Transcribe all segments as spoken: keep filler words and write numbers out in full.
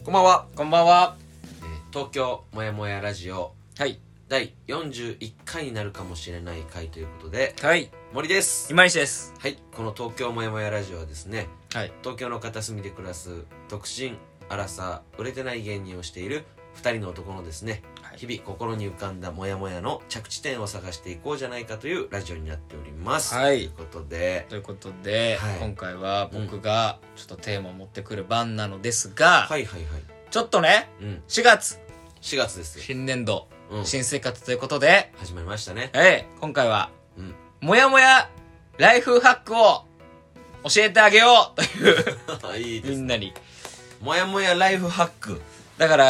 こんばんは。 こんばんは。 えー東京もやもやラジオはい。 だいよんじゅういっかいになるかもしれない回ということで、 はい。 森です。 今西です。 はい、この東京もやもやラジオはですね、 はい。 東京の片隅で暮らす独身アラサー売れてない芸人をしているふたりの男のですね、 はい日々心に浮かんだモヤモヤの着地点を探していこうじゃないかというラジオになっております。 はいということで、 ということで、 はい今回は僕がちょっとテーマを持ってくる番なのですが、 はいはいはい。 ちょっとね、 うん。 しがつ、 しがつですよ。 新年度、 うん。 新生活ということで、 始まりましたね。 えー今回は、 うん。 もやもやライフハックを教えてあげようという、 いいですね。 みんなに。 もやもやライフハック。 だから、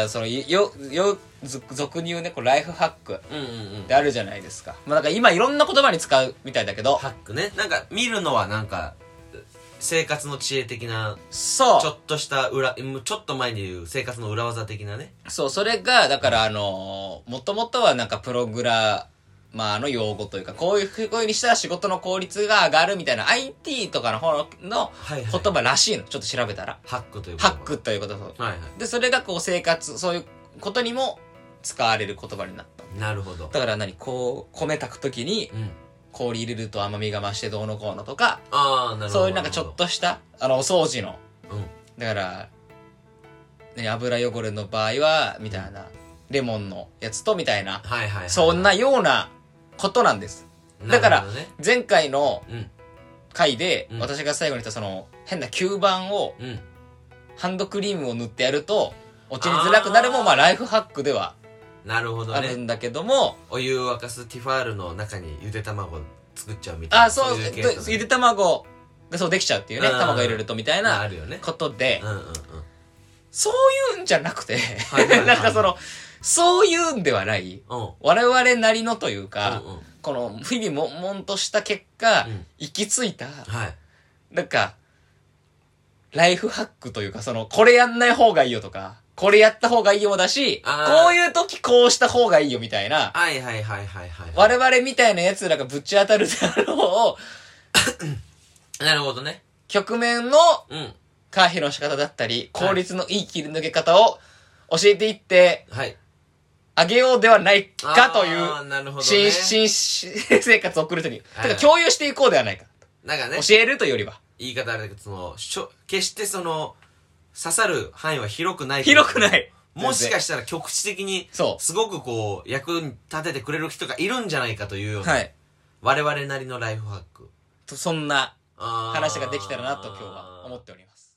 その、よ、よ、ず俗に言うね、こうライフハックうんうんうんっ。てあるじゃないですか。まあ、だから今いろんな言葉に使うみたいだけど、 ハックね。なんか見るのはなんか生活の知恵的なそう。 ちょっとした裏ちょっと前に言う生活の裏技的なね。 そう、それが、だからあのー、もともとはなんかプログラマーの用語というか、こういうふうにしたら仕事の効率が上がるみたいな アイティー とかの方のはいはい。 言葉らしいの。ちょっと調べたら。 ハックというハックということそうはいはで、それがこう生活、そういうことにも使われる言葉になった。 い。なるほど。 だから何こう、米炊くときにうん。 氷入れると甘みが増してどうのこうのとか、 ああ、なるほど。 そういうなんかちょっとした、あの、お掃除の、 うん。 だから、ね、油汚れの場合は、みたいな、レモンのやつと、みたいな、 はいはいはい。 そんなようなことなんです。 なるほどね。 だから前回のうん回で、 うん私が最後に言ったその、変な吸盤を、 うん。 ハンドクリームを塗ってやると、落ちにづらくなるも、まあ、ライフハックではなるほどね。 あるんだけども、 お湯を沸かすティファールの中にゆで卵作っちゃうみたいな。 あ、そう、 い系統だねゆで卵がそうできちゃうっていうね、 うん卵入れるとみたいまあなあるよね。 ことでう、んうんうん。 そういうんじゃなくて、 はいはいはいなんかその、そういうんではない、 うん。 我々なりのというか、 うんうん。 この日々悶々とした結果、 うん行き着いた、 はい。 なんか、ライフハックというか、その、これやんない方がいいよとか、これやった方がいいよもだし、 あーこういう時こうした方がいいよみたいな、 はいはいはいはいはい。 我々みたいな奴らがぶち当たるであろう、 なるほどね。 局面のうん。 回避の仕方だったり、効率のいい切り抜け方を教えていってはい。 あげようではないかという、 あーなるほどね。 新、新生活を送る人に、 はいてか共有していこうではないか。 なんかね、 教えるというよりは。 言い方あれだけど、その、しょ、決してその、刺さる範囲は広くない。 広くな。い。 もしかししたら局地的に、 そうすごくこう、役に立ててくれる人がいるんじゃないかというような、 はい。 我々なりのライフハック。 とそんなあー話ができたらなと今日は思っております。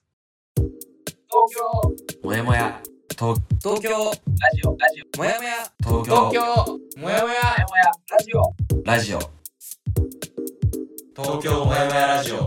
もやもや、東、 東京ラジオラジオもやもや東東京もやもやラジオラジオ。東京もやもやラジオ。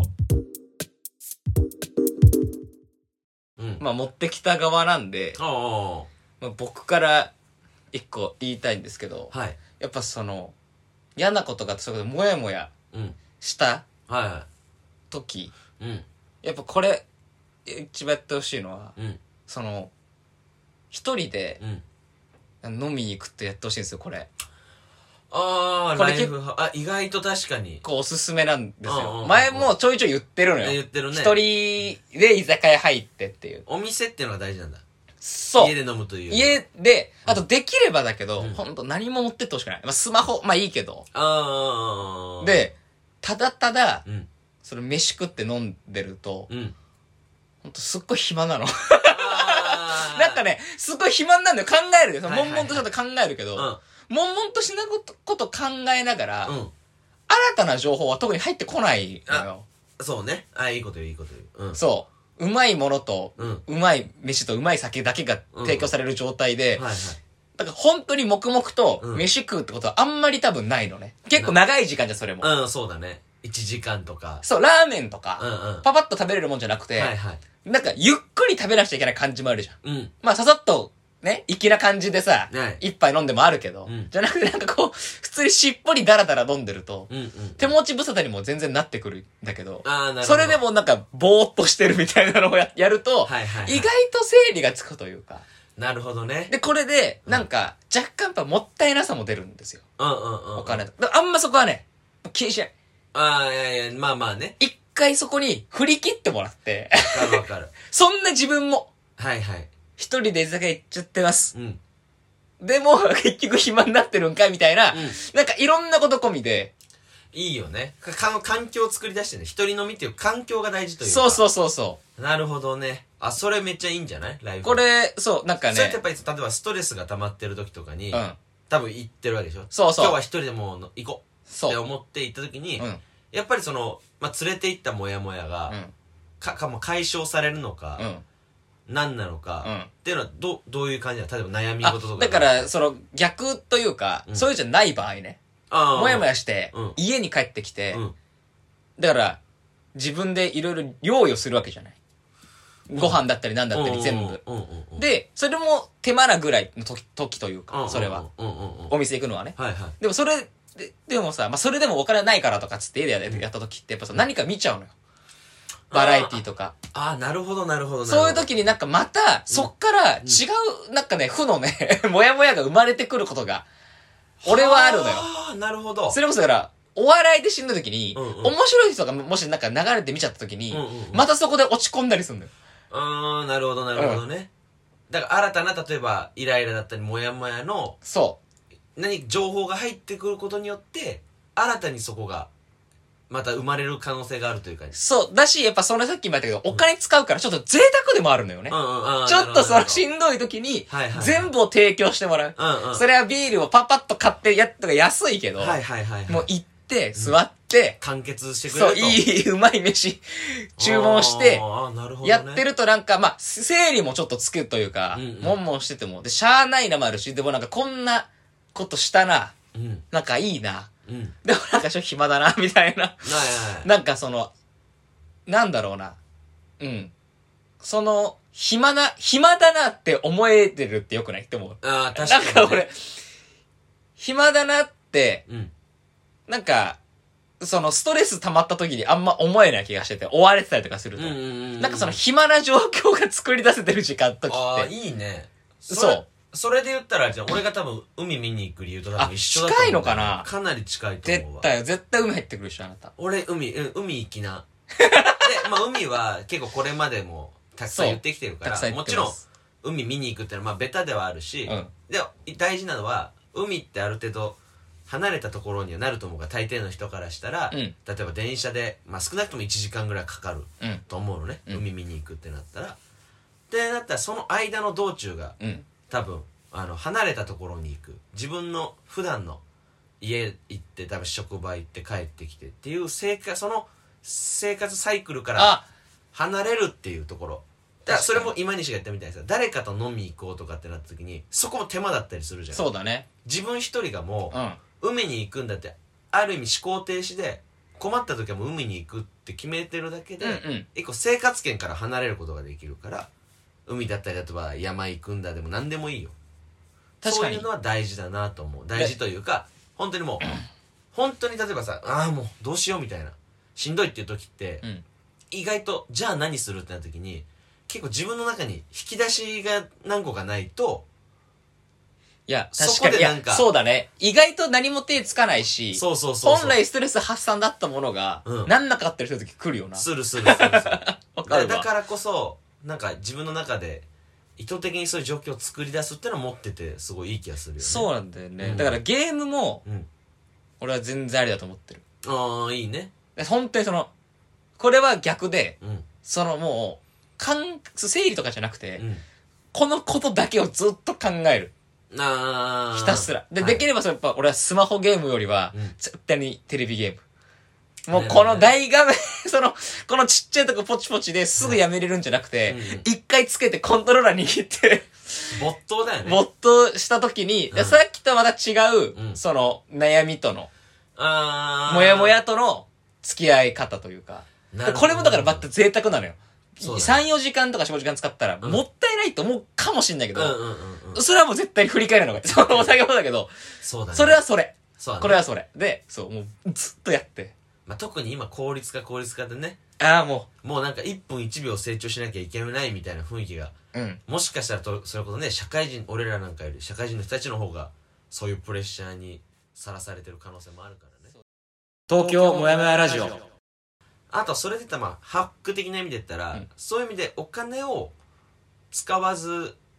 うん。 まあ持ってきた側なんで、 あまあ、僕から一個言いたいんですけど、 あ。はい。 やっぱその嫌なことがあってそこでもやもやうん。 したはいは時、 い。うん。 やっぱこれ一番やってほしいのは、 うん。 その一人でうん。 飲みに行くってやってほしいんですよ。これああ、 これライフハあ、意外と確かに。 こうおすすめなんですうんうんうんよ。前もちょいちょい言ってるのよ。 言ってるね。 一人で居酒屋入ってっていう。 お店っていうのが大事なんだ。 そう家で飲むという。 家で、あとできればだけど、 うんほんと何も持ってってほしくない。まあ、スマホ、まあいいけど。 ああ。、 で、ただただ、 うん。 それ飯食って飲んでると、 うん。 ほんとすっごい暇なの。 あーなんかね、すっごい暇なんだよ。考えるで。そのはいはいはい悶々としたこと考えるけど、 うん。 悶々としなことこと考えながら、 うん。 新たな情報は特に入ってこないのよ。 そうね。あ、いいこと言う、いいこと言う。うん。 そう。うまいものと、 うん。 うまい飯とうまい酒だけが提供される状態で、 はいはい。 だから本当に黙々とうん飯食うってことはあんまり多分ないのね。結構長い時間じゃん、それも。 うん、そうだね。いちじかんとか。 そう、ラーメンとうんか、 うん。 パパッと食べれるもんじゃなくて、 はいはい。 なんかゆっくり食べなくちゃいけない感じもあるじゃん。 うん。 まあささっと、ね、粋な感じでさ、 はい。 一杯飲んでもあるけど、 うんじゃなくてなんかこう、普通にしっぽりダラダラ飲んでると、 うんうん。 手持ち無沙汰にも全然なってくるんだけど、 あー、なるほど。 それでもなんかぼーっとしてるみたいなのをややると、 はいはいはい。 意外と整理がつくというか、 なるほどね。 で、これで、なんか、若干やっぱもったいなさも出るんですよ。 うんうんうん。 お金。だからあんまそこはね、気にしない。 ああ、いやいや、まあまあね。 一回そこに振り切ってもらって、 わかるわかる。 そんな自分も、 はいはい。 一人で居酒屋行っちゃってます。 うん。 でも、結局暇になってるんかいみたいな、 うん、 なんかいろんなこと込みで。 いいよね。か、の環境を作り出してね。一人飲みっていう環境が大事というか。 そうそうそうそう。 なるほどね。あ、それめっちゃいいんじゃないライフ。 これ、そう、なんかね。 それってやっぱり、例えばストレスが溜まってる時とかに、うん。多分行ってるわけでしょ。 そうそう。 今日は一人でもう行こう。そう。って思って行った時に、うん。やっぱりその、まあ、連れて行ったモヤモヤが、うん。か、かも解消されるのか、うん。何なのか、うん、っていうのはどどういう感じなの？例えば悩み事とかだからその逆というか、うん、そういうじゃない場合ね、もやもやして、うん、家に帰ってきて、うん、だから自分でいろいろ用意をするわけじゃない、うん、ご飯だったりなんだったり全部で、それも手間なぐらいの時、時というか、それはお店行くのはね、はいはい、でもそれででもさ、まあ、それでもお金ないからとかっつって家でやった時ってやっぱさ、何か見ちゃうのよ、バラエティとか。 ああ、なるほど、なるほど。 そういう時になんかまた、そっから違う、なんかね、負のね、もやもやが生まれてくることが、俺はあるのよ。 ああ、なるほど。 それこそだから、お笑いで死んだ時に、うんうん、面白い人がもしなんか流れて見ちゃった時に、うんうんうん、またそこで落ち込んだりするんだよ。 ああ、なるほど、なるほどね。うん、だから新たな、例えば、イライラだったり、もやもやの、 そう。 何、情報が入ってくることによって、新たにそこが、また生まれる可能性があるというか。 そう。だし、やっぱそのさっきも言ったけど、お金使うからちょっと贅沢でもあるのよね。うんうん、ちょっとそのしんどい時に、全部を提供してもらう。うんうん、それはビールをパパッと買ってやったら安いけど、はいはいはいはい、もう行って、座って、 完結してくれると。 そう、いい、うまい飯、注文して、やってるとなんか、まあ、整理もちょっとつくというか、うんうん、もんもんしてても、で、しゃーないなもあるし、でもなんかこんなことしたな、うん、なんかいいな、うん、でもなんかちょっと暇だな、みたいな。はいはい、なんかその、なんだろうな。うん。その、暇な、暇だなって思えてるってよくないって思う。 ああ、確かに、ね。 なんか俺、暇だなって、うん、なんか、そのストレス溜まった時にあんま思えない気がしてて、追われてたりとかすると。うんうんうん、なんかその暇な状況が作り出せてる時間時って。 ああ、いいね。 そう。 それで言ったら、じゃあ俺が多分海見に行く理由と多分一緒だと思う。 近いのかな？ かなり近いと思うわ。 絶対、絶対海入ってくるでしょ、あなた。 俺、海、うん、海行きな。で、まあ海は結構これまでもたくさん言ってきてるから、もちろん海見に行くってのはまあベタではあるし、うん、で、大事なのは、海ってある程度離れたところにはなると思うが、大抵の人からしたら、うん、例えば電車で、まあ少なくともいちじかんぐらいかかると思うのね、うん、海見に行くってなったら。で、なったらその間の道中が、うん、多分、あの離れたところに行く、自分の普段の家行って多分職場行って帰ってきてっていう生活、その生活サイクルから離れるっていうところだから、それも今西が言ったみたいですが、誰かと飲み行こうとかってなった時にそこも手間だったりするじゃん。 そうだね。 自分一人がもう、うん、海に行くんだってある意味思考停止で、困った時はもう海に行くって決めてるだけで、うんうん、一個生活圏から離れることができるから、海だったり例えば山行くんだでも何でもいいよ。そういうのは大事だなと思う。大事というか、本当にもう、本当に例えばさ、ああもうどうしようみたいな、しんどいっていう時って、うん、意外と、じゃあ何するってなった時に、結構自分の中に引き出しが何個かないと、 いや、確かに。いや、そうだね。意外と何も手つかないし、 そうそうそうそう。 本来ストレス発散だったものが、うん、なんなかったりする時来るよな。 するするするする。わかるわ。だからこそ、なんか自分の中で、意図的にそういう状況を作り出すってのを持っててすごいいい気がするよね。 そうなんだよね、うん、だからゲームも、うん、俺は全然ありだと思ってる。 ああ、いいね。 本当にそのこれは逆で、うん、そのもう感整理とかじゃなくて、うん、このことだけをずっと考える。 ああ、 ひたすらで、はい、できればそれやっぱ俺はスマホゲームよりは、うん、絶対にテレビゲーム。もうこの大画面、その、このちっちゃいとこポチポチですぐやめれるんじゃなくて、一、うん、回つけてコントローラー握って、 没頭だよね。 没頭した時に、うん、さっきとはまた違う、うん、その、悩みとの、 あもやもやとの付き合い方というか、これもだからまた贅沢なのよ。ね、さん、よじかんとかよん、ごじかん使ったら、もったいないと思うかもしんないけど、それはもう絶対に振り返るのが、そのお酒もだけど、 そうだね、 それはそれ。 そうだね、 これはそれ。で、そう、もうずっとやって。 まあ、特に今効率化効率化でね、 ああもうもうなんかいっぷんいちびょう成長しなきゃいけないみたいな雰囲気が、うん、もしかしたらとそれこそね、社会人、俺らなんかより社会人の人たちの方がそういうプレッシャーにさらされてる可能性もあるからね。 東京もやもやラジオ。 あとそれで言ったらまあハック的な意味で言ったら、うん、そういう意味でお金を使わず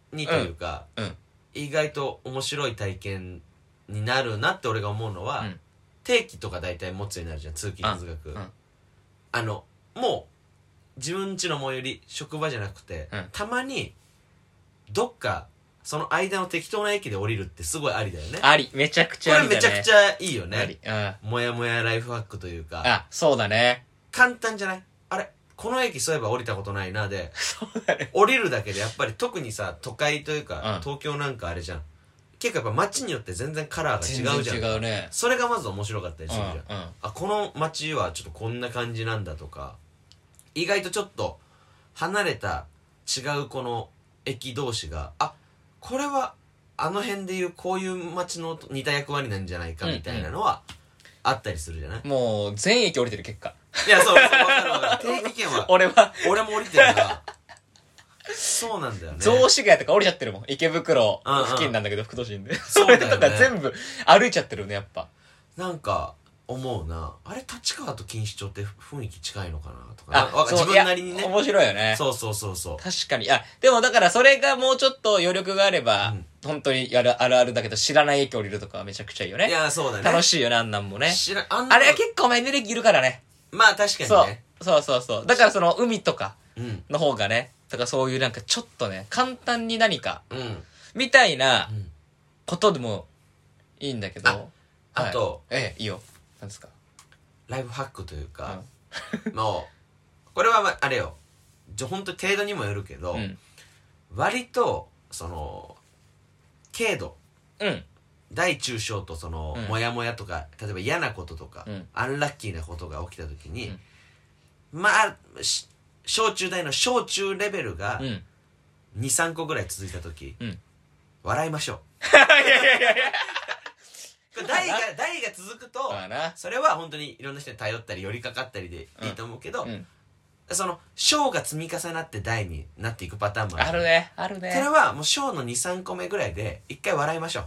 にというか、 うんうん、 意外と面白い体験になるなって俺が思うのは、うん、定期とか大体持つようになるじゃん、通勤通学、うん、あのもう自分家の最寄り職場じゃなくて、うん、たまにどっかその間の適当な駅で降りるってすごいありだよね。 あり、めちゃくちゃありだね。 これめちゃくちゃいいよね。 あり、うん、 もやもやライフハックというか。 あ、そうだね。 簡単じゃない？あれこの駅そういえば降りたことないなで、 そうだね。 降りるだけでやっぱり特にさ、都会というか、うん、東京なんかあれじゃん。結構やっぱ街によって全然カラーが違うじゃん。 全然違うね。 それがまず面白かったりするじゃん。 うんうん、 あ、この街はちょっとこんな感じなんだとか、意外とちょっと離れた違うこの駅同士が、あ、これはあの辺でいうこういう街の似た役割なんじゃないかみたいなのはあったりするじゃない、 うんうん、もう全駅降りてる結果。 いや、そう、そう、わかるわかる。定期券は。 俺は。 俺も降りてるから。そうなんだよね。 雑司ヶ谷とか降りちゃってるもん。池袋付近なんだけど、副都心で。 そうだよね。 それとか全部歩いちゃってるね、やっぱ。 なんか、思うな。あれ、立川と錦糸町って雰囲気近いのかなとか。 あ、 自分なりにね。 面白いよね。 そうそうそうそう。 確かに。あ、でもだからそれがもうちょっと余力があれば、うん、本当にやるあるあるだけど知らない駅降りるとかはめちゃくちゃいいよね。 いや、そうだね。 楽しいよね、あんなんもね。 知ら、 あんなあれは結構エネルギーいるからね。 まあ確かにね。 そう、そうそうそう。だからその海とかの方がね、だからそういうなんかちょっとね、簡単に何か、うん、みたいなことでもいいんだけど。あ、 あと、 はい、ええ、いいよ。なんですか。 ライフハックというか、うん、もう、これはあれよ、ほんと程度にもよるけど、うん、割と、その、軽度、うん、大中小とその、うん、もやもやとか、例えば嫌なこととか、うん、アンラッキーなことが起きた時に、うん、まあ、小中大の小中レベルが、に、さんこぐらい続いた時、うん、笑いましょう。いやいやいやいや大が、大が続くと、それは本当にいろんな人に頼ったり寄りかかったりでいいと思うけど、うんうん、その、小が積み重なって大になっていくパターンもある。 あるね、あるね。 それはもう小のに、さんこめぐらいで、一回笑いましょう。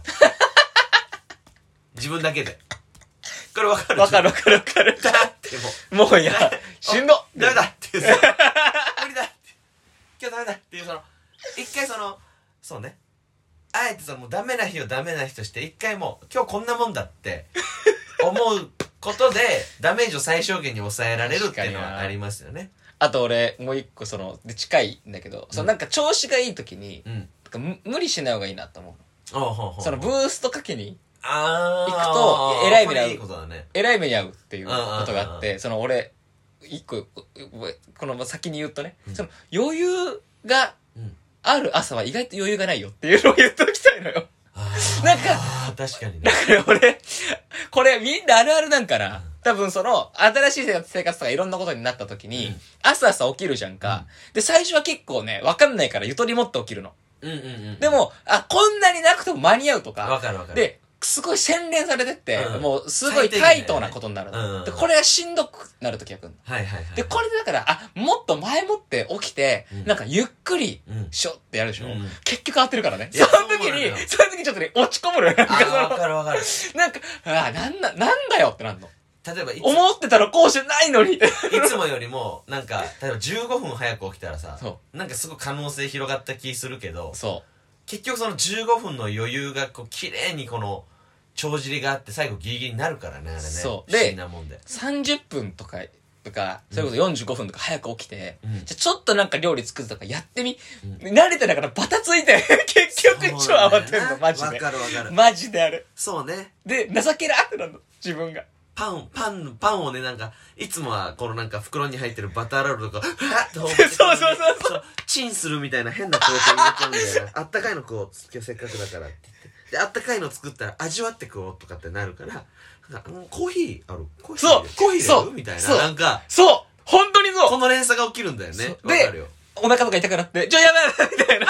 自分だけで。これわかる？ わかるわかるわかる。 だってもう。もういや、しんどっダメだっていうさ、無理だって。今日ダメだっていうその、一回その、そうね。あえてそのもうダメな日をダメな日として一回もう今日こんなもんだって思うことでダメージを最小限に抑えられるっていうのはありますよね。 あと俺もう一個そので近いんだけど、うん、そのなんか調子がいい時に、うん、無理しない方がいいなと思う。ほうほうほう、そのブーストかけに行くとえらい目に遭う、いいことだね、えらい目に遭うっていうことがあって、その俺一個この先に言うとね、うん、その余裕がある朝は意外と余裕がないよっていうのを言っておきたいのよ。なんか、 確かにね。 だから俺、これみんなあるあるなんかな。多分その、新しい生活とかいろんなことになった時に、うん、朝朝起きるじゃんか、うん。で、最初は結構ね、わかんないからゆとり持って起きるの。うんうんうん。でも、あ、こんなになくても間に合うとか。 わかるわかる。 で、すごい洗練されてって、うん、もうすごいタイトなことになるの、ね、うんうん、でこれがしんどくなる時が来るの、はいはいはい、でこれでだからあもっと前もって起きて、うん、なんかゆっくりしょってやるでしょ、うん、結局合ってるからね、その時にその時にちょっとね落ち込むのよ。なんかそのわかるわかる。 なんかあなんだなんだよってなんの。 例えばいつ思ってたらこうしないのにいつもよりもなんか例えばじゅうごふん早く起きたらさ、なんかすごい可能性広がった気するけど、そう結局そのじゅうごふんの余裕がこう綺麗にこの帳尻があって最後ギリギリになるからね、あれね。そうで不思議なもんでさんじゅっぷんとかとかそれこそよんじゅうごふんとか早く起きて、うん、じゃちょっとなんか料理作るとかやってみ、うん、慣れてだからバタついて結局超慌てんのマジで。 わかるわかる。 マジである。 そうね。 で情けなってなるの自分が。 パン、パン、パンをね、なんか、いつもは、このなんか袋に入ってるバターロールとか、はっとそうそうそうそう。 チンするみたいな変な工程入れちゃうんだよね。あったかいの食おう、今日せっかくだからって言って。で、あったかいの作ったら味わって食おうとかってなるから、なんか、コーヒーあるコーヒーそうコーヒー入れるみたいな。なんか、 そう本当にそうこの連鎖が起きるんだよね。わかるよ。 お腹とか痛くなって、じゃあやばいみたいな。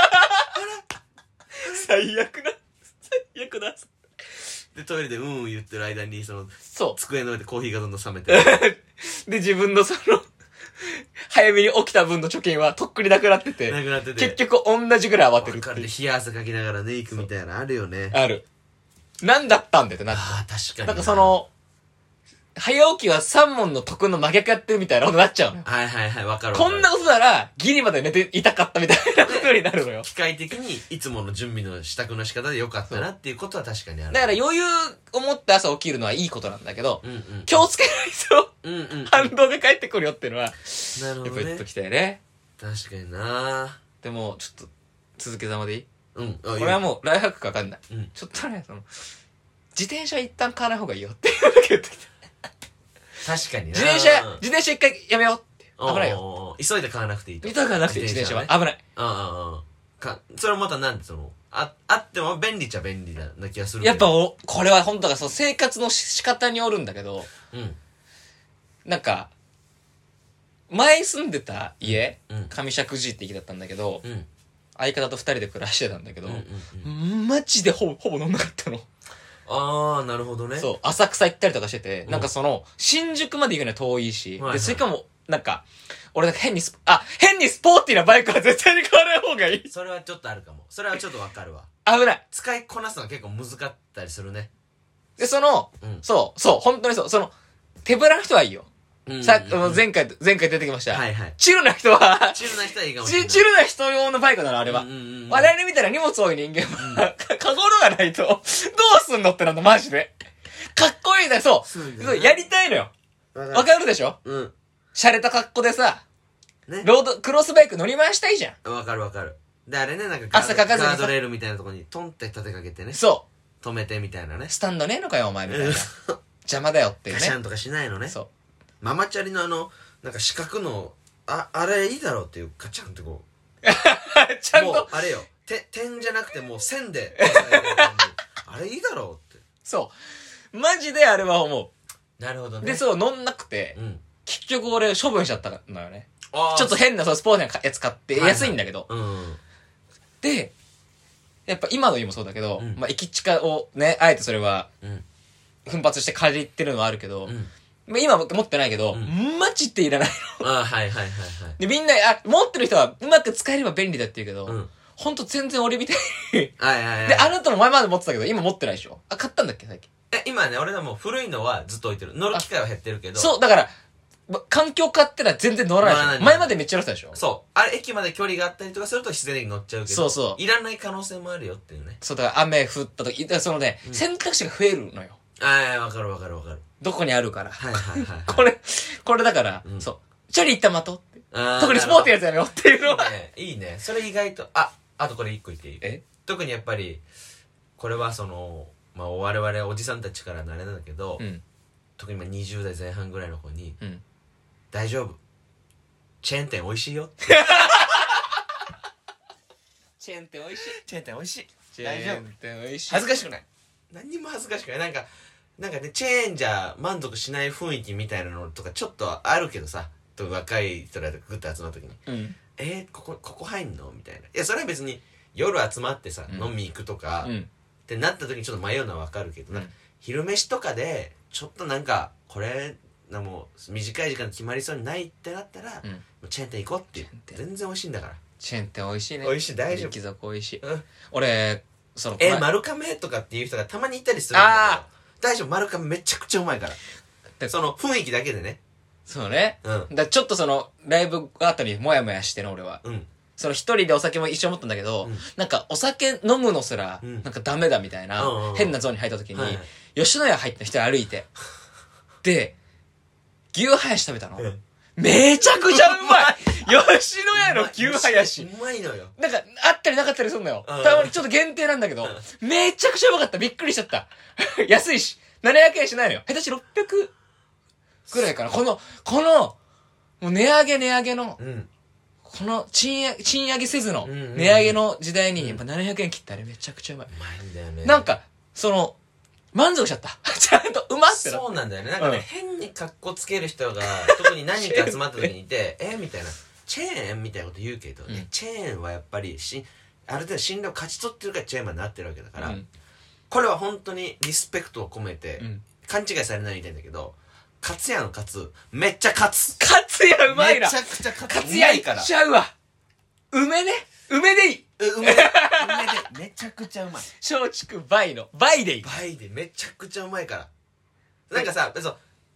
最悪だ。最悪だ。 で、トイレでうんうん言ってる間に、その、 そう。 机の上でコーヒーがどんどん冷めて。 で、自分のその、早めに起きた分の貯金はとっくになくなってて。 なくなってて。 結局同じぐらい慌てるっていう。 で、冷や汗かきながらね、行くみたいなあるよね。 ある。なんだったんだってなって。 ああ、確かに。 なんかその、 早起きは三問の得の真逆やってるみたいなことになっちゃうのよ。 はいはいはい、わかるわかる。 こんなことなら、ギリまで寝ていたかったみたいなことになるのよ。 機械的にいつもの準備の支度の仕方でよかったなっていうことは確かにある。 だから余裕を持って朝起きるのはいいことなんだけど、 うんうん、 気をつけないと、 うんうんうん、 反動が返ってくるよっていうのは、 なるほどね。 やっぱ言っときたいね。 確かにな。 でも、ちょっと、続けざまでいい？ うん。 これはもう、ライフハックかわかんない。 うん。 ちょっとね、その、自転車一旦買わない方がいいよっていうだけ言っときたい。 確かにな。 自転車、自転車一回やめようって。危ないよ。 急いで買わなくていいと。 急いで買わなくていい、自転車は。危ない。 うんうんうん。か、それはまたなんでその、あ、あっても便利っちゃ便利な気がする。 やっぱお、これは本当だ、その生活の仕方によるんだけど、 うん。 なんか、前住んでた家、 うん、 上石神井って家だったんだけど、 うん、 相方と二人で暮らしてたんだけど、 うんうんうん、 マジでほぼ、ほぼ飲んなかったの。 あー、なるほどね。 そう、浅草行ったりとかしてて、うん、なんかその、新宿まで行くのは遠いし、はいはい、で、それかも、なんか、俺なんか変にス、あ、変にスポーティーなバイクは絶対に買わない方がいい。 それはちょっとあるかも。それはちょっとわかるわ。 危ない。 使いこなすのが結構難かったりするね。 で、その、うん、そう、そう、本当にそう、その、手ぶらの人はいいよ。うんうんうん、さ前回、前回出てきました。 はいはい。 チルな人は、 チルな人はいいかもしれない。 チルな人用のバイクなの、あれは。うんうんうん、我々見たら荷物多い人間は、うん、カゴロがないと、どうすんのってなんだ、マジで。かっこいいだよ、そう。そう、やりたいのよ。わかるでしょ？うん。洒落た格好でさ、ね。ロード、クロスバイク乗り回したいじゃん。 わかるわかる。で、あれね、なんかガード、ガードレールみたいなとこにトンって立てかけてね。そう。止めてみたいなね。 スタンドねえのかよ、お前みたいな。邪魔だよっていうね。 ガシャンとかしないのね。そう。ママチャリのあの、なんか四角の、あ、あれいいだろうっていうガチャンってこう。ちゃんと。もう、あれよ。て、点じゃなくてもう線で。あれいいだろうって。そう。マジであれは思う。なるほどね。で、そう、乗んなくて、うん、結局俺処分しちゃったのよね。ちょっと変な、そう、スポーツなやつ買って、安いんだけど。はいはい、うん、で、やっぱ今の家もそうだけど、うん、まあ、駅地下をね、あえてそれは、奮発して借りてるのはあるけど、うん今持ってないけど、うん、マジでいらないの。ああ、はいはいはいはい。で、みんな、あ、持ってる人はうまく使えれば便利だって言うけど、うん、ほんと全然俺みたいに。はいはいはい。で、あなたも前まで持ってたけど、今持ってないでしょ？あ、買ったんだっけ最近。え、今ね、俺らも古いのはずっと置いてる。乗る機会は減ってるけど。そう、だから、環境変わったら全然乗らないでしょ。乗らない前までめっちゃ乗ってたでしょ。そう。あれ、駅まで距離があったりとかすると自然に乗っちゃうけど。そうそう。いらない可能性もあるよっていうね。そう、だから雨降った時、だからそのね、うん、選択肢が増えるのよ。ああ、わかるわかるわかる。どこにあるから。はいはいはい、はい。これ、これだから、うん、そう。チャリ行った的って。特にスポーツやつやめようっていうのは。いいね。いいね。それ意外と、あ、あとこれ一個言っていい？え？特にやっぱり、これはその、まあ我々おじさんたちからのあれなんだけど、うん、特に今にじゅう代前半ぐらいの子に、うん、大丈夫。チェーン店美味しいよって。チェーン店美味しい。チェーン店美味しい。大丈夫。チェーン店美味しい。恥ずかしくない。何にも恥ずかしくない。なんか、なんかね、チェーンじゃ満足しない雰囲気みたいなのとかちょっとあるけどさ、と若い人らでグッと集まった時に、うん、えー、ここ、ここ入んのみたいな。いや、それは別に夜集まってさ、うん、飲み行くとか、うん、ってなった時にちょっと迷うのはわかるけど、うん、なんか昼飯とかで、ちょっとなんか、これ、なもう短い時間で決まりそうにないってなったら、うん、チェーン店行こうっていう。全然美味しいんだから。チェーン店美味しいね。美味しい、大丈夫。貴族美味しい。うん、俺、その、えー、丸亀とかっていう人がたまにいたりするんだけど、大丈夫、丸亀めちゃくちゃうまいから。その雰囲気だけでね。そうね。うん。だちょっとその、ライブ後にもやもやしてる俺は。うん。その一人でお酒も一緒に持ったんだけど、うん、なんかお酒飲むのすら、なんかダメだみたいな、うん、変なゾーンに入った時に、はい、吉野家入った人歩いて、で、牛ハヤシ食べたの。うんめちゃくちゃうまい吉野家の牛ハヤシ。うまいのよ。なんか、あったりなかったりするのよ。たまにちょっと限定なんだけど、めちゃくちゃうまかった。びっくりしちゃった。安いし。ななひゃくえんしないのよ。下手しろっぴゃくぐらいかな。この、この、もう値上げ値上げの、うん、この賃上げ、賃上げせずの値上げの時代に、やっぱななひゃくえん切ったらめちゃくちゃうまい。うまいんだよね。なんか、その、満足しちゃった。ちゃんとうまってな。そうなんだよね。なんかね、うん、変に格好つける人が、特に何人か集まった時にいて、えみたいな、チェーンみたいなこと言うけど、ね、うん、チェーンはやっぱりし、ある程度信頼を勝ち取ってるからチェーンまでなってるわけだから、うん、これは本当にリスペクトを込めて、うん、勘違いされないみたいんだけど、カツヤのカツ、めっちゃカツ。カツヤうまいな。めちゃくちゃカツ。カツヤいっちゃうわ。梅ね。梅でいい。梅で、梅で、めちゃくちゃうまい。松竹梅の、梅でいい。梅でめちゃくちゃうまいから。なんかさ、そう、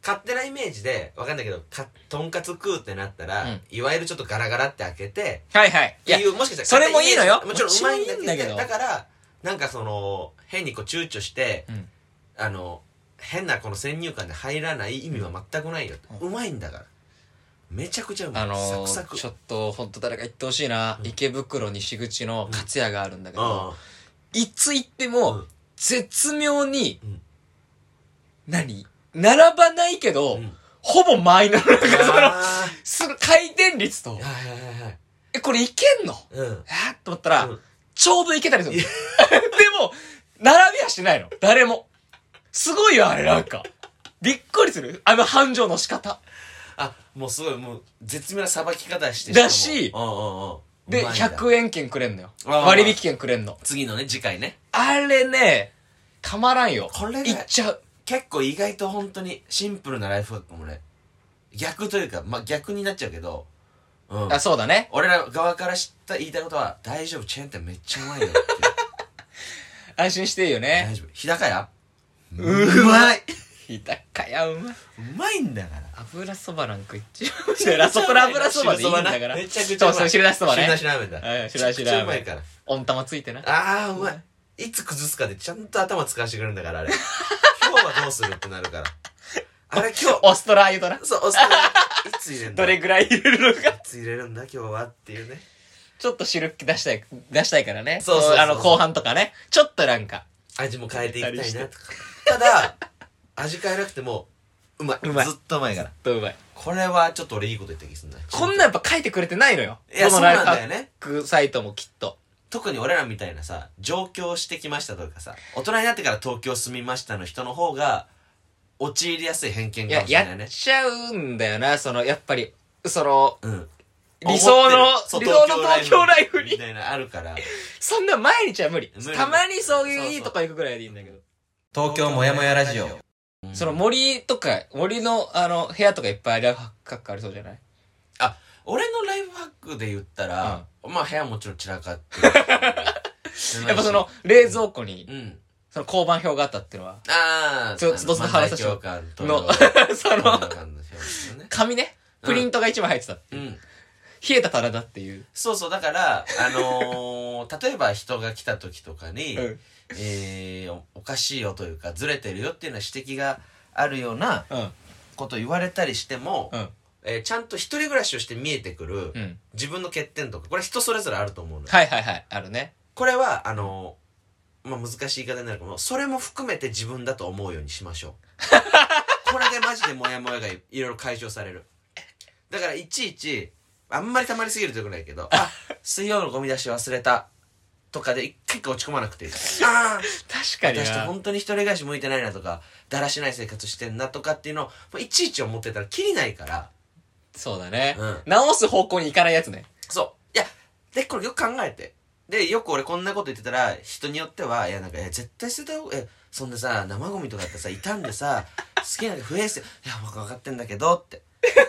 勝手なイメージでわかんないけどかとんかつ食うってなったら、うん、いわゆるちょっとガラガラって開けてはいはいっていうもしかしたらそれもいいのよもちろんうまいんだけどだからなんかその変にこう躊躇して、うん、あの変なこの先入観で入らない意味は全くないよ、うん、うまいんだからめちゃくちゃうまい、 あのー、 サクサクちょっと本当誰か言ってほしいな、うん、池袋西口のカツ屋があるんだけど、うん、いつ行っても、うん、絶妙に、うん、何並ばないけど、うん、ほぼ満員なの。なんかその、すぐ回転率と、はいはいはい、え、これいけんの、うん、えー、と思ったら、うん、ちょうどいけたりするの。でも、並びはしないの。誰も。すごいよ、あれなんか。びっくりする。あの繁盛の仕方。 あ、もうすごい、もう、絶妙なさばき方してだし、 うんうんうん、 で、ひゃくえん券くれんのよ。割引券くれんの。 次のね、次回ね。 あれね、たまらんよ。 これいっちゃう。 結構意外と本当にシンプルなライフハックもね、逆というか、まあ、逆になっちゃうけど、 うん。あ、そうだね。 俺ら側から知った言いたいことは、大丈夫、チェーン店めっちゃうまいよっていう。 安心していいよね。 大丈夫。日高屋うまい日高屋うまい。うまいんだから。 油そばなんか一番。あそこの油そばでいいんだから。 めちゃくちゃうまい。 そうそう、汁なしそばね。 汁なしラーメンだ。 うん、汁なしラーメン。 めちゃくちゃうまいから。 温玉ついてな。 あー、うまい。いつ崩すかでちゃんと頭使わせてくれるんだから、あれ。今日はどうするってなるから。あれ今日。 オストラー油とな。 そう、オストラー油。いつ入れるんだ。 どれぐらい入れるのか。 いつ入れるんだ今日はっていうね。 ちょっと汁出したい、出したいからね。 そうそうそうそう。 あの、後半とかね。ちょっとなんか。 味も変えていきたいなとか。ただ、味変えなくても、うまい。 うまい。 ずっとうまいから。 ずっとうまい。 これはちょっと俺いいこと言った気がするんだ。 こんなやっぱ書いてくれてないのよ。 いや、そうなんだよね。 サイトもきっと。 特に俺らみたいなさ、上京してきましたとかさ、大人になってから東京住みましたの人の方が、陥りやすい偏見かもしれないね。 や、やっちゃうんだよな、その、やっぱり、その、 うん。 理想の、理想の東京ライフに。 みたいなあるから。 そんな毎日は無理。たまにそういういいとこ行くぐらいでいいんだけど。 東京もやもやラジオ。 その森とか、森のあの、部屋とかいっぱいライフハックありそうじゃない？ あ、俺のライフハックで言ったら、うん、まあ部屋もちろん散らかってる。 やっぱその、冷蔵庫に、 うん、 その交番表があったっていうのは。 ああ、 ちょっと話させての、その、紙ね、プリントが一枚入ってたっていう。うん、冷えた棚だっていう。 そうそう、だから、あのー、例えば人が来た時とかに、うん、えー、お、おかしいよというか、ずれてるよっていうような指摘があるようなことを言われたりしても、うん、えー、ちゃんと一人暮らしをして見えてくる、うん、自分の欠点とか、これ人それぞれあると思うのよ。 はいはいはい、あるね。 これは、あのー、まあ、難しい言い方になるかも、それも含めて自分だと思うようにしましょう。これでマジでモヤモヤがいろいろ解消される。だからいちいち、あんまり溜まりすぎるとよくないけど、あ、水曜のゴミ出し忘れた。とかで一回か落ち込まなくていい。ああ、 確かにな。 私って本当に一人暮らし向いてないなとか、だらしない生活してんなとかっていうのを、いちいち思ってたらキリないから。 そうだね。うん、直す方向に行かないやつね。 そう。いや、で、これよく考えて。で、よく俺こんなこと言ってたら、人によっては、いやなんか、え、絶対捨てた方が、え、そんなさ、生ゴミとかってさ、傷んでさ、好きなの増えすよ。いや、僕分かってんだけど、って。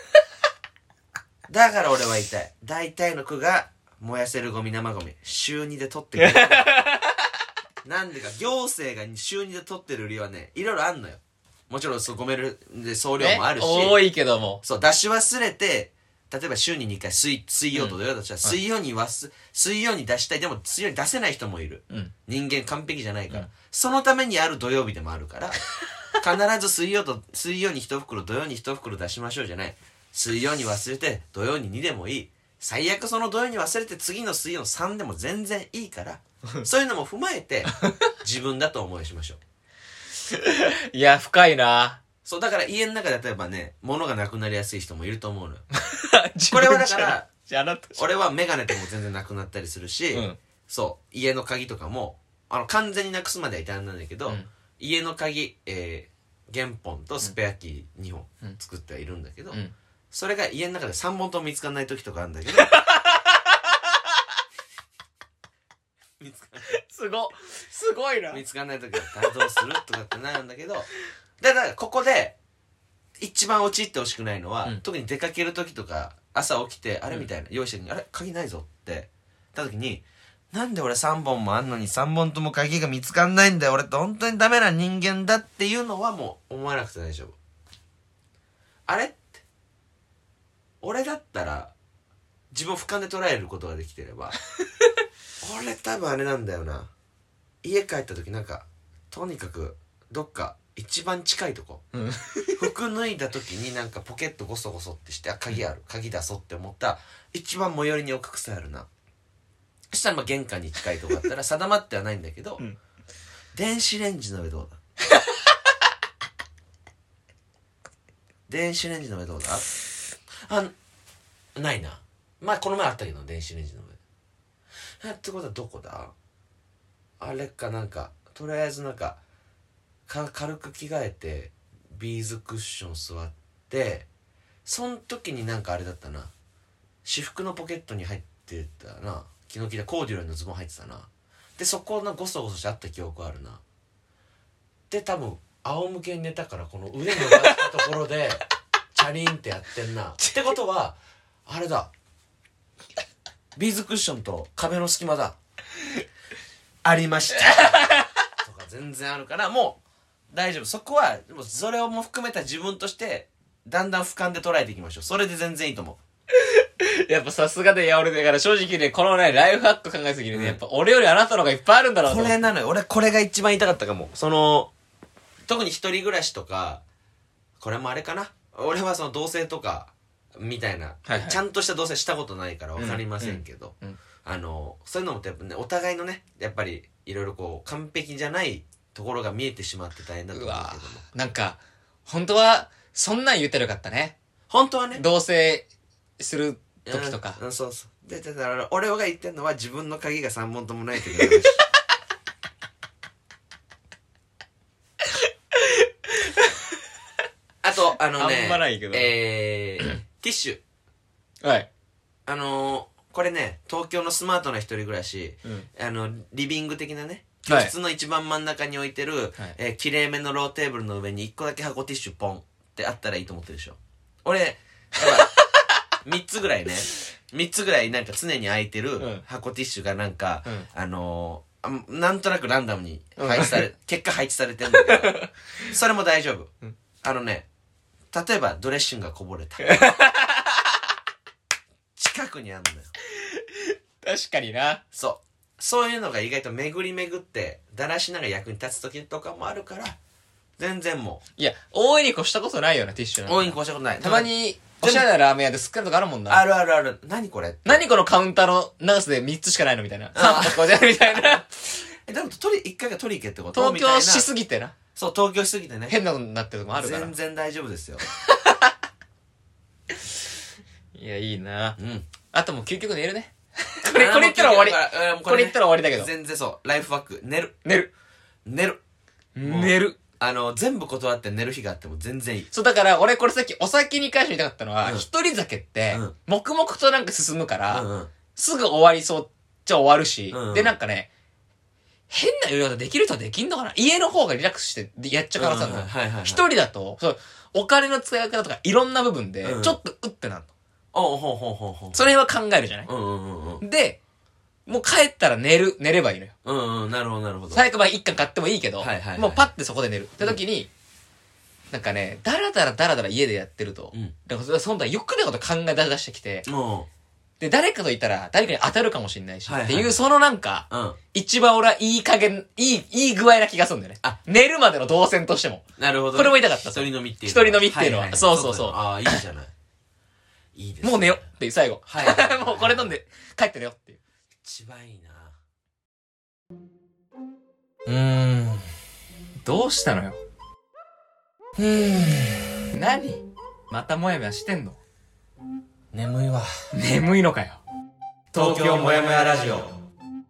だから俺は言いたい。大体の区が、燃やせるゴミ生ゴミ週にで取ってくれる。なんでか行政が週にで取ってる理由はねいろいろあんのよ。もちろんそうゴミで総量もあるし、 多いけどもそう出し忘れて、例えば週ににかい水水曜と土曜だとしたら、うん、水曜に忘水曜に出したい、でも水曜に出せない人もいる、うん、人間完璧じゃないから、うん、そのためにある土曜日でもあるから必ず水曜と水曜に一袋土曜に一袋出しましょうじゃない。水曜に忘れて土曜ににでもいい。最悪その土曜に忘れて次の水曜のさんでも全然いいからそういうのも踏まえて自分だと思いしましょう。いや深いな。 そうだから家の中で例えばね物がなくなりやすい人もいると思うのよ。これはだから俺はメガネとかも全然なくなったりするし、うん、そう家の鍵とかもあの完全になくすまではいたんなんだけど、うん、家の鍵、えー、原本とスペアキーにほん作ってはいるんだけど、うんうん、それが家の中でさんぼんとも見つかんない時とかあるんだけど見つかんないすごすごいな。 見つかんない時はどうするとかってなるんだけど、だからここで一番陥ってほしくないのは、うん、特に出かける時とか朝起きてあれみたいな、うん、用意してるにあれ鍵ないぞって言った時に、なんで俺さんぼんもあんのにさんぼんとも鍵が見つかんないんだよ、俺って本当にダメな人間だっていうのはもう思わなくて大丈夫。 あれって俺だったら自分を俯瞰で捉えることができてれば俺多分あれなんだよな、家帰った時なんかとにかくどっか一番近いとこ、うん、服脱いだ時になんかポケットゴソゴソってして、あ鍵ある、鍵出そうって思った一番最寄りに置く癖あるな。そしたらまあ玄関に近いとこだったら定まってはないんだけど、うん、電子レンジの上どうだ電子レンジの上どうだあ、ないな。まあこの前あったけど電子レンジの上ってことはどこだ、あれか、なんかとりあえずなんかか軽く着替えてビーズクッション座って、そん時になんかあれだったな、私服のポケットに入ってたな、昨日着たコーデュロイのズボン入ってたな。でそこのゴソゴソしてあった記憶あるな。で多分仰向けに寝たからこの腕伸ばしたところでチャリンってやってんなってことはあれだ、ビーズクッションと壁の隙間だありましたとか全然あるから、もう大丈夫。そこはでもそれをも含めた自分としてだんだん俯瞰で捉えていきましょう。それで全然いいと思う。 やっぱさすがで、いや俺だから正直ね、このねライフハック考えすぎるね、うん、やっぱ俺よりあなたの方がいっぱいあるんだろうと。 これなのよ、俺これが一番言いたかったかも。その特に一人暮らしとか、これもあれかな、俺はその同棲とかみたいな、はいはい、ちゃんとした同棲したことないから分かりませんけど、うんうんうん、あのそういうのもやっぱね、お互いのねやっぱりいろいろこう完璧じゃないところが見えてしまって大変だと思うけども、 なんか本当はそんなん言ったらよかったね。 本当はね、 同棲する時とか、 うん、そうそうで、だから俺が言ってんのは自分の鍵がさんぼんともない時の話あとあのね、 あんまないけど、 えー、ティッシュ、はい、 あのー、これね東京のスマートな一人暮らし、うん、あのリビング的なね、居室の一番真ん中に置いてる、はい、えー、きれいめのローテーブルの上にいっこだけ箱ティッシュポンってあったらいいと思ってるでしょ。俺みっつぐらいね、みっつぐらいなんか常に空いてる箱ティッシュがなんか、うん、あのー、あなんとなくランダムに配置され、うん、結果配置されてるんだけどそれも大丈夫、うん、あのね、例えばドレッシングがこぼれた近くにあんのよ。 確かにな。 そうそういうのが意外と巡り巡ってだらしながら役に立つ時とかもあるから、全然もういや大いに越したことないよな、ティッシュなんて。 大いに越したことない。 たまにおしゃれなラーメン屋ですっかりとかあるもんな。 あるあるある。何これ、 何このカウンターの長さでみっつしかないのみたいな。さんぱくごじゃるみたいなえ、でも取り一回が取り行けってこと？ 東京しすぎてな。 そう、東京しすぎてね、 変なことになってるとこもあるから。 全然大丈夫ですよいや、いいな。 うん。 あともう究極寝るねこれこれ言ったら終わり、これ言ったら終わりだけど、 全然そう、ライフワーク、寝る寝る寝る寝る。 あの全部断って寝る日があっても全然いい。 そう、だから俺これさっきお酒に関して言いたかったのは、一人酒って黙々となんか進むから、すぐ終わりそうっちゃ終わるし、でなんかね、変な言い方できる人はできんのかな。家の方がリラックスしてやっちゃうからさ、一人だとそうお金の使い方とかいろんな部分でちょっとうってなるの。 おうほうほうほうほう。 それは考えるじゃない。 うんうんうん。 で、もう帰ったら寝る、寝ればいいのよ。 うんうん、なるほどなるほど。 最悪まあ一貫買ってもいいけど、はいはいはい、もうパッてそこで寝る。って時に、うん、なんかね、だらだらだらだら家でやってると、うん、だからそんなよくないこと考え出してきて、うん、で、誰かと言ったら誰かに当たるかもしれないし、はいはい、っていうそのなんか、うん、一番俺はいい加減、いい、いい具合な気がするんだよね。あ、寝るまでの動線としても。 なるほど、ね。 これも言いたかった。 一人飲みっていう。 一人飲みっていうのは。はいはいはい、そうそうそう。 ああ、いいじゃない。いいですね。 もう寝よっていう最後。はいはいはいはい、もうこれ飲んで帰って寝よっていう。 一番いいな。 うーん。どうしたのよ。うーん。何？またもやもやしてんの？ 眠いわ。 眠いのかよ。東京もやもやラジオ。ちょっ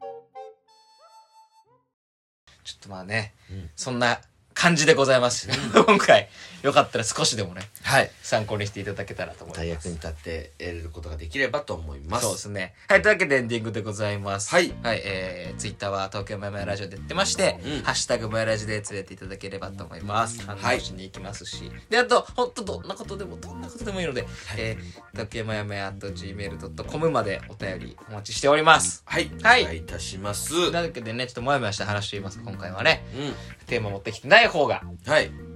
とまあね、うん、そんな感じでございます。今回、よかったら少しでもね、はい、参考にしていただけたらと思います。 大役に立って得れることができればと思います。 そうですね。はい、というわけでエンディングでございます。はい。はい、えー、ツイッターは東京もやもやラジオでやってまして、うん、ハッシュタグもやラジでつぶやいていただければと思います。反応しに行きますし。はい、で、あと、ほんとどんなことでも、どんなことでもいいので、はい、えー、東京もやもや at ジーメールドットコム までお便りお待ちしております。 はい。はい。お願いいたします。というわけでね、ちょっともやもやした話と言いますか、今回はね、うん、テーマ持ってきてない方が、はい。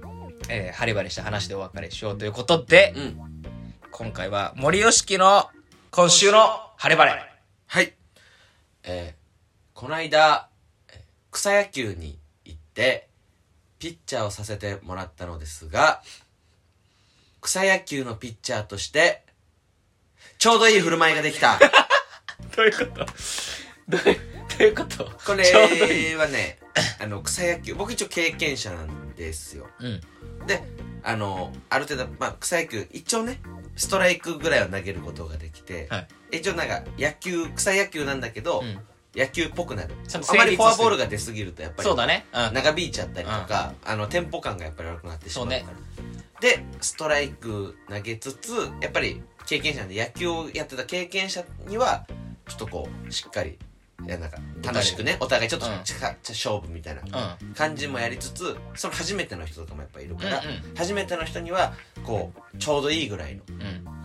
えー、ハリバリした話でお別れしようということで、うん、今回は森吉樹の今週のハリバレ。 はい。えー、この間、草野球に行って、ピッチャーをさせてもらったのですが、草野球のピッチャーとして、ちょうどいい振る舞いができた。 どういうことどういう、どういうことこれはね、あの、草野球、僕一応経験者なんですよ。うん、で、あの、ある程度、まあ、草野球、一応ね、ストライクぐらいは投げることができて、はい、一応なんか、野球、草野球なんだけど、うん、野球っぽくなる。あまりフォアボールが出すぎると、やっぱり、 そうだね。 うん、長引いちゃったりとか、うん、あの、テンポ感がやっぱり悪くなってしまうから。そうね。で、ストライク投げつつ、やっぱり、経験者なんで、野球をやってた経験者には、ちょっとこう、しっかり、いやなんか楽しくねお互いちょっと、うん、勝負みたいな感じもやりつつ、その初めての人とかもやっぱいるから、うんうん、初めての人にはこうちょうどいいぐらいの、うん、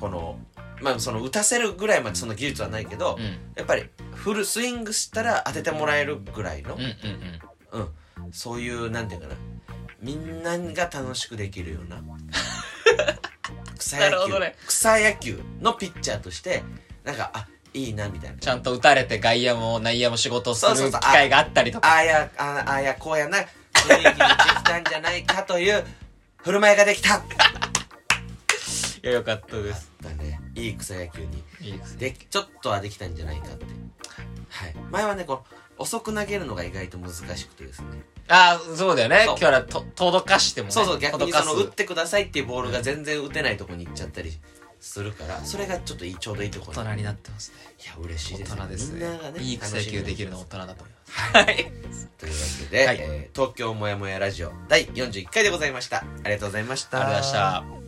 このまあその打たせるぐらいまでその技術はないけど、うん、やっぱりフルスイングしたら当ててもらえるぐらいの、うんうんうんうん、そういうなんていうかな、みんなが楽しくできるような草野球、ね、草野球のピッチャーとしてなんかあいいなみたいな、 ちゃんと打たれて外野も内野も仕事をする機会があったりとか、 ああやああやこうやな雰囲気にできたんじゃないかという振る舞いができた。いやよかったです。 だね、いい草野球にいいでちょっとはできたんじゃないかって。はい、前はねこう遅く投げるのが意外と難しくてですね。 ああそうだよね。今日はと届かしてもね、 そうそう、逆にその打ってくださいっていうボールが全然打てないとこに行っちゃったりするから、それがちょっといいちょうどいいところ。 大人になってますね。 いや嬉しいですね。 大人ですね。みんながねいい草野球できるのは大人だと思います。 はい。というわけで、はい、えー、東京もやもやラジオだいよんじゅういっかいでございました。ありがとうございました。 ありがとうございました。